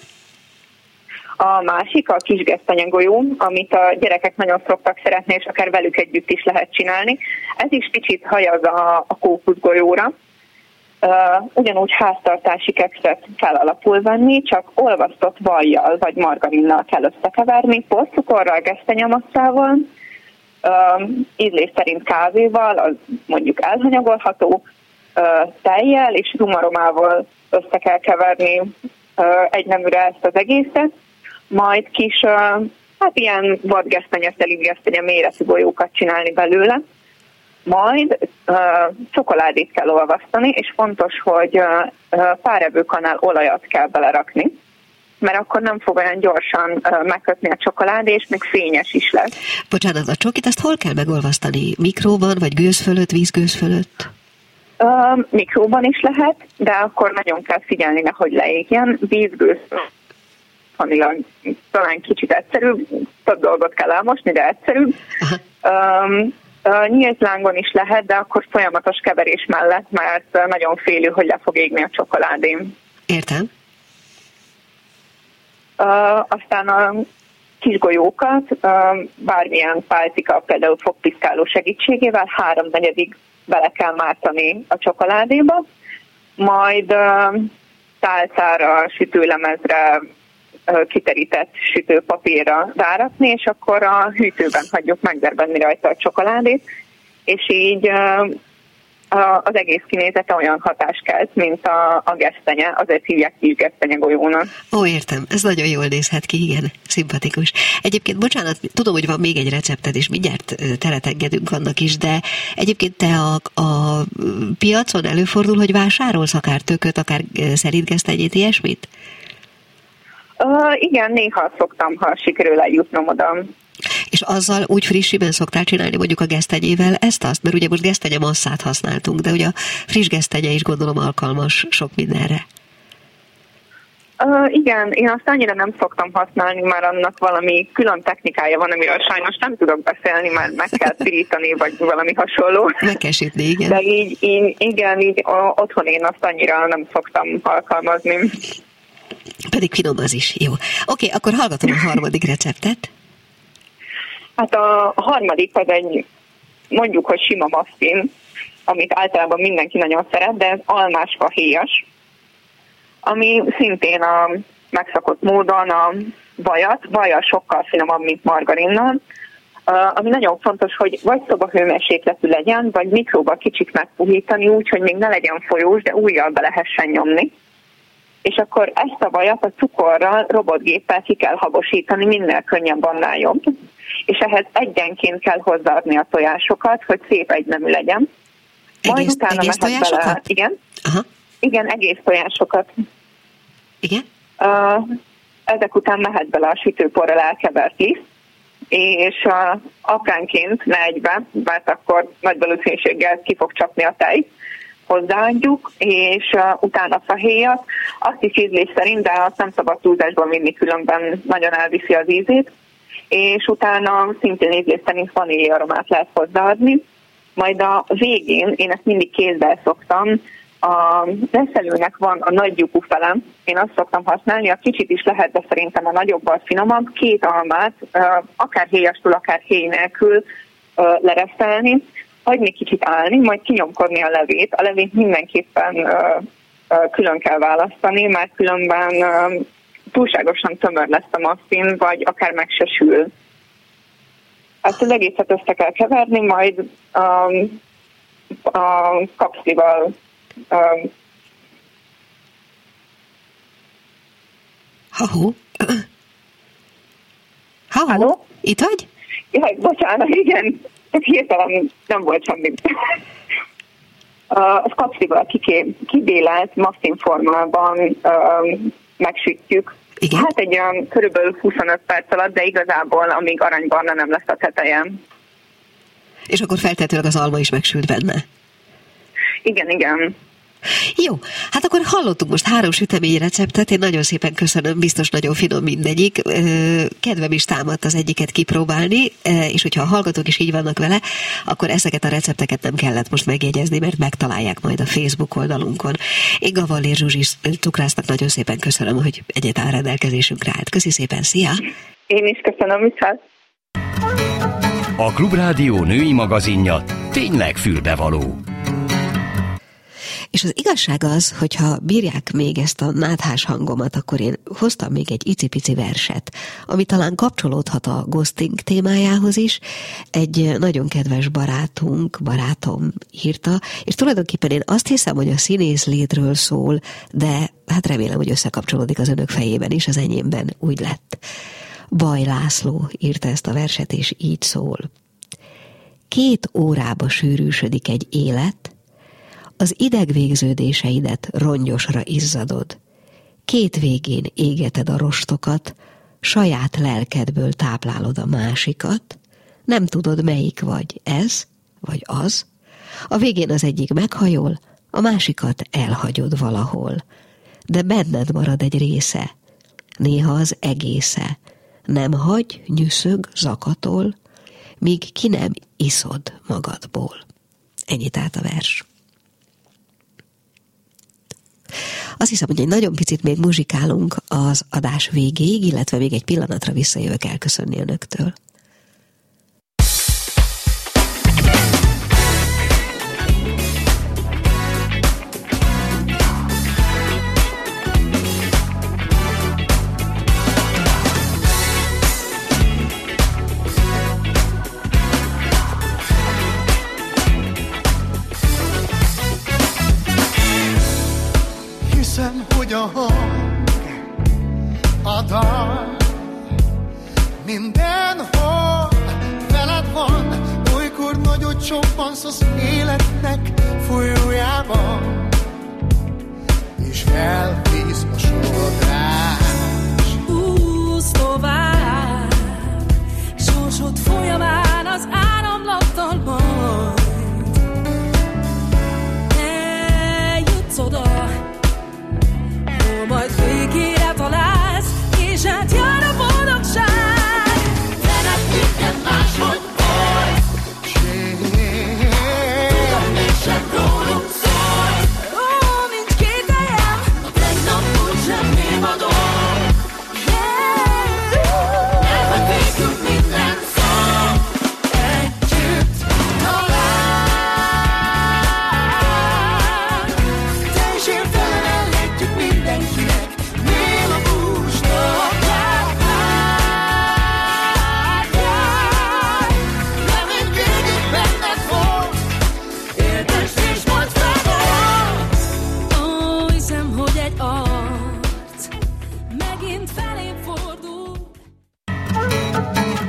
[SPEAKER 5] A másik a kis gesztenyegolyó, amit a gyerekek nagyon szoktak szeretni, és akár velük együtt is lehet csinálni. Ez is kicsit hajaz a, a kókuszgolyóra. Uh, ugyanúgy háztartási kekszet kell alapul venni, csak olvasztott vajjal vagy margarinnal kell összekeverni, porcukorral, gesztenyemasszával, uh, ízlés szerint kávéval, az mondjuk elhanyagolható, uh, tejjel és rumaromával össze kell keverni uh, egy neműre ezt az egészet, majd kis, uh, hát ilyen vadgesztenye, szelídgesztenye méretű golyókat csinálni belőle, majd uh, csokoládét kell olvasztani, és fontos, hogy uh, pár evőkanál olajat kell belerakni, mert akkor nem fog olyan gyorsan uh, megkötni a csokoládé, és még fényes is lesz.
[SPEAKER 2] Bocsánat, a csokit azt hol kell megolvasztani? Mikróban, vagy gőz fölött, vízgőz fölött?
[SPEAKER 5] Uh, mikróban is lehet, de akkor nagyon kell figyelni, nehogy leégjen. Vízgőz anilag talán kicsit egyszerűbb, több dolgot kell elmosni, de egyszerűbb. Um, uh, nyílt lángon is lehet, de akkor folyamatos keverés mellett, mert nagyon félő, hogy le fog égni a csokoládém.
[SPEAKER 2] Értem.
[SPEAKER 5] Uh, aztán a kis golyókat, uh, bármilyen pálcika, például fogpiszkáló segítségével háromnegyedig bele kell mártani a csokoládéba, majd uh, tálcára, sütőlemezre, kiterített sütőpapírra rárakni, és akkor a hűtőben hagyjuk megderbenni rajta a csokoládét, és így az egész kinézete olyan hatást kelt, mint a, a gesztenye, azért hívják kis gesztenyegolyónak.
[SPEAKER 2] Ó, értem, ez nagyon jól nézhet ki, igen, szimpatikus. Egyébként, bocsánat, tudom, hogy van még egy recepted, és mindjárt teret engedünk annak is, de egyébként te a, a piacon előfordul, hogy vásárolsz akár tököt, akár szelídgesztenyét, ilyesmit?
[SPEAKER 5] Uh, igen, néha szoktam, ha sikerül eljutnom oda.
[SPEAKER 2] És azzal úgy frissiben szoktál csinálni mondjuk a gesztenyével ezt-azt? Mert ugye most gesztenye masszát használtunk, de ugye a friss gesztenye is gondolom alkalmas sok mindenre.
[SPEAKER 5] Uh, igen, én azt annyira nem szoktam használni, már annak valami külön technikája van, amiről sajnos nem tudok beszélni, mert meg kell pirítani, vagy valami hasonló.
[SPEAKER 2] Meg kell sütni, igen.
[SPEAKER 5] De így, így igen, így a, otthon én azt annyira nem szoktam alkalmazni.
[SPEAKER 2] Pedig finom az is, jó. Oké, akkor hallgatom a harmadik receptet.
[SPEAKER 5] Hát a harmadik az egy, mondjuk, hogy sima muffin, amit általában mindenki nagyon szeret, de ez almásfa héjas, ami szintén a megszokott módon a vajat, vaja sokkal finomabb, mint margarinnal, uh, ami nagyon fontos, hogy vagy szobahőmérsékletű legyen, vagy mikróba kicsit megpuhítani úgy, hogy még ne legyen folyós, de ujjal be lehessen nyomni. És akkor ezt a vajat a cukorral, robotgéppel ki kell habosítani, minél könnyebb, annál jobb. És ehhez egyenként kell hozzáadni a tojásokat, hogy szép egynemű legyen. Majd
[SPEAKER 2] egész,
[SPEAKER 5] utána
[SPEAKER 2] egész
[SPEAKER 5] mehet bele. Igen?
[SPEAKER 2] Aha.
[SPEAKER 5] Igen, egész tojásokat.
[SPEAKER 2] Igen?
[SPEAKER 5] Uh, ezek után mehet bele a sütőporral elkevert liszt, és uh, apránként, ne egybe, mert akkor nagy valószínűséggel ki fog csapni a tej, hozzáadjuk, és uh, utána fahéjat, azt is ízlés szerint, de azt nem szabad túlzásban vinni, különben nagyon elviszi az ízét, és utána szintén ízlés szerint vaníli aromát lehet hozzáadni, majd a végén, én ezt mindig kézzel szoktam, a reszelőnek van a nagy lyukú fele, én azt szoktam használni, a kicsit is lehet, de szerintem a nagyobbal finomabb, két almát, akár héjastól, akár héj nélkül lereszelni, hagyni kicsit állni, majd kinyomkodni a levét. A levét mindenképpen külön kell választani, mert különben túlságosan tömör lesz a muffin, vagy akár meg se sül. Ezt az egészet össze kell keverni, majd um, a kapszlival um,
[SPEAKER 2] Ha-hó. Ha-hó.
[SPEAKER 5] Halló?
[SPEAKER 2] Itt vagy?
[SPEAKER 5] Jaj, bocsánat, igen. Hirtelen nem volt semmi. A kapszlival kibélelt muffin formában um, megsütjük.
[SPEAKER 2] Igen?
[SPEAKER 5] Hát egy olyan körülbelül huszonöt perc alatt, de igazából amíg aranybarna nem lesz a tetejem.
[SPEAKER 2] És akkor feltétlenül az alma is megsült benne.
[SPEAKER 5] Igen, igen.
[SPEAKER 2] Jó, hát akkor hallottunk most három sütemény receptet, én nagyon szépen köszönöm, biztos nagyon finom mindegyik. Kedvem is támadt az egyiket kipróbálni, és hogyha a hallgatók is így vannak vele, akkor ezeket a recepteket nem kellett most megjegyezni, mert megtalálják majd a Facebook oldalunkon. Én Gavallér Zsuzsi cukrásznak nagyon szépen köszönöm, hogy egyáltalán rendelkezésünkre állt. Köszi szépen, szia!
[SPEAKER 5] Én is köszönöm, viszont.
[SPEAKER 1] A Klubrádió női magazinja tényleg fülbevaló.
[SPEAKER 2] És az igazság az, hogyha bírják még ezt a náthás hangomat, akkor én hoztam még egy icipici verset, ami talán kapcsolódhat a ghosting témájához is. Egy nagyon kedves barátunk, barátom írta, és tulajdonképpen én azt hiszem, hogy a színész létről szól, de hát remélem, hogy összekapcsolódik az önök fejében is, az enyémben úgy lett. Baj László írta ezt a verset, és így szól. Két órába sűrűsödik egy élet, az idegvégződéseidet rongyosra izzadod. Két végén égeted a rostokat, saját lelkedből táplálod a másikat, nem tudod, melyik vagy, ez vagy az. A végén az egyik meghajol, a másikat elhagyod valahol. De benned marad egy része, néha az egésze. Nem hagy, nyüszög, zakatol, míg ki nem iszod magadból. Ennyi tehát a vers. Azt hiszem, hogy egy nagyon picit még muzsikálunk az adás végéig, illetve még egy pillanatra visszajövök elköszönni önöktől.
[SPEAKER 6] Hogy a hang, a dal mindenhol veled van, olykor nagyot csobbansz az életnek folyójában, és elvíz a sodrás.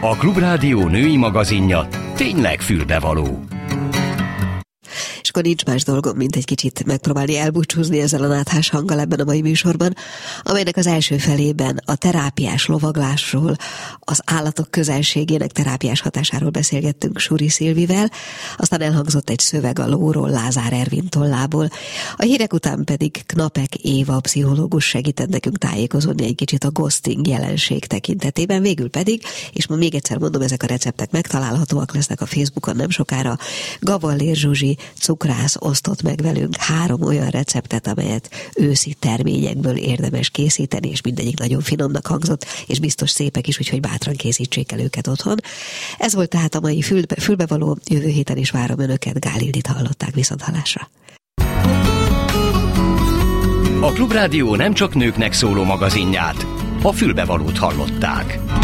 [SPEAKER 1] A Klubrádió női magazinja tényleg fülbevaló.
[SPEAKER 2] És akkor nincs más dolgom, mint egy kicsit megpróbálni elbúcsúzni ezzel a náthás hanggal ebben a mai műsorban, amelynek az első felében a terápiás lovaglásról, az állatok közelségének terápiás hatásáról beszélgettünk Suri Szilvivel, aztán elhangzott egy szöveg a lóról Lázár Ervin tollából, a hírek után pedig Knapek Éva pszichológus segített nekünk tájékozódni egy kicsit a ghosting jelenség tekintetében, végül pedig, és ma még egyszer mondom, ezek a receptek megtalálhatóak lesznek a Facebookon nem sokára, Gavallér Zsuzsi cukrász osztott meg velünk három olyan receptet, amelyet őszi terményekből érdemes készíteni, és mindegyik nagyon finomnak hangzott, és biztos szépek is, úgyhogy bátran készítsék el őket otthon. Ez volt tehát a mai fülbe, fülbevaló, jövő héten is várom önöket, Gál Ildit hallották, viszonthallásra.
[SPEAKER 1] A Klubrádió nem csak nőknek szóló magazinját, a fülbevalót hallották.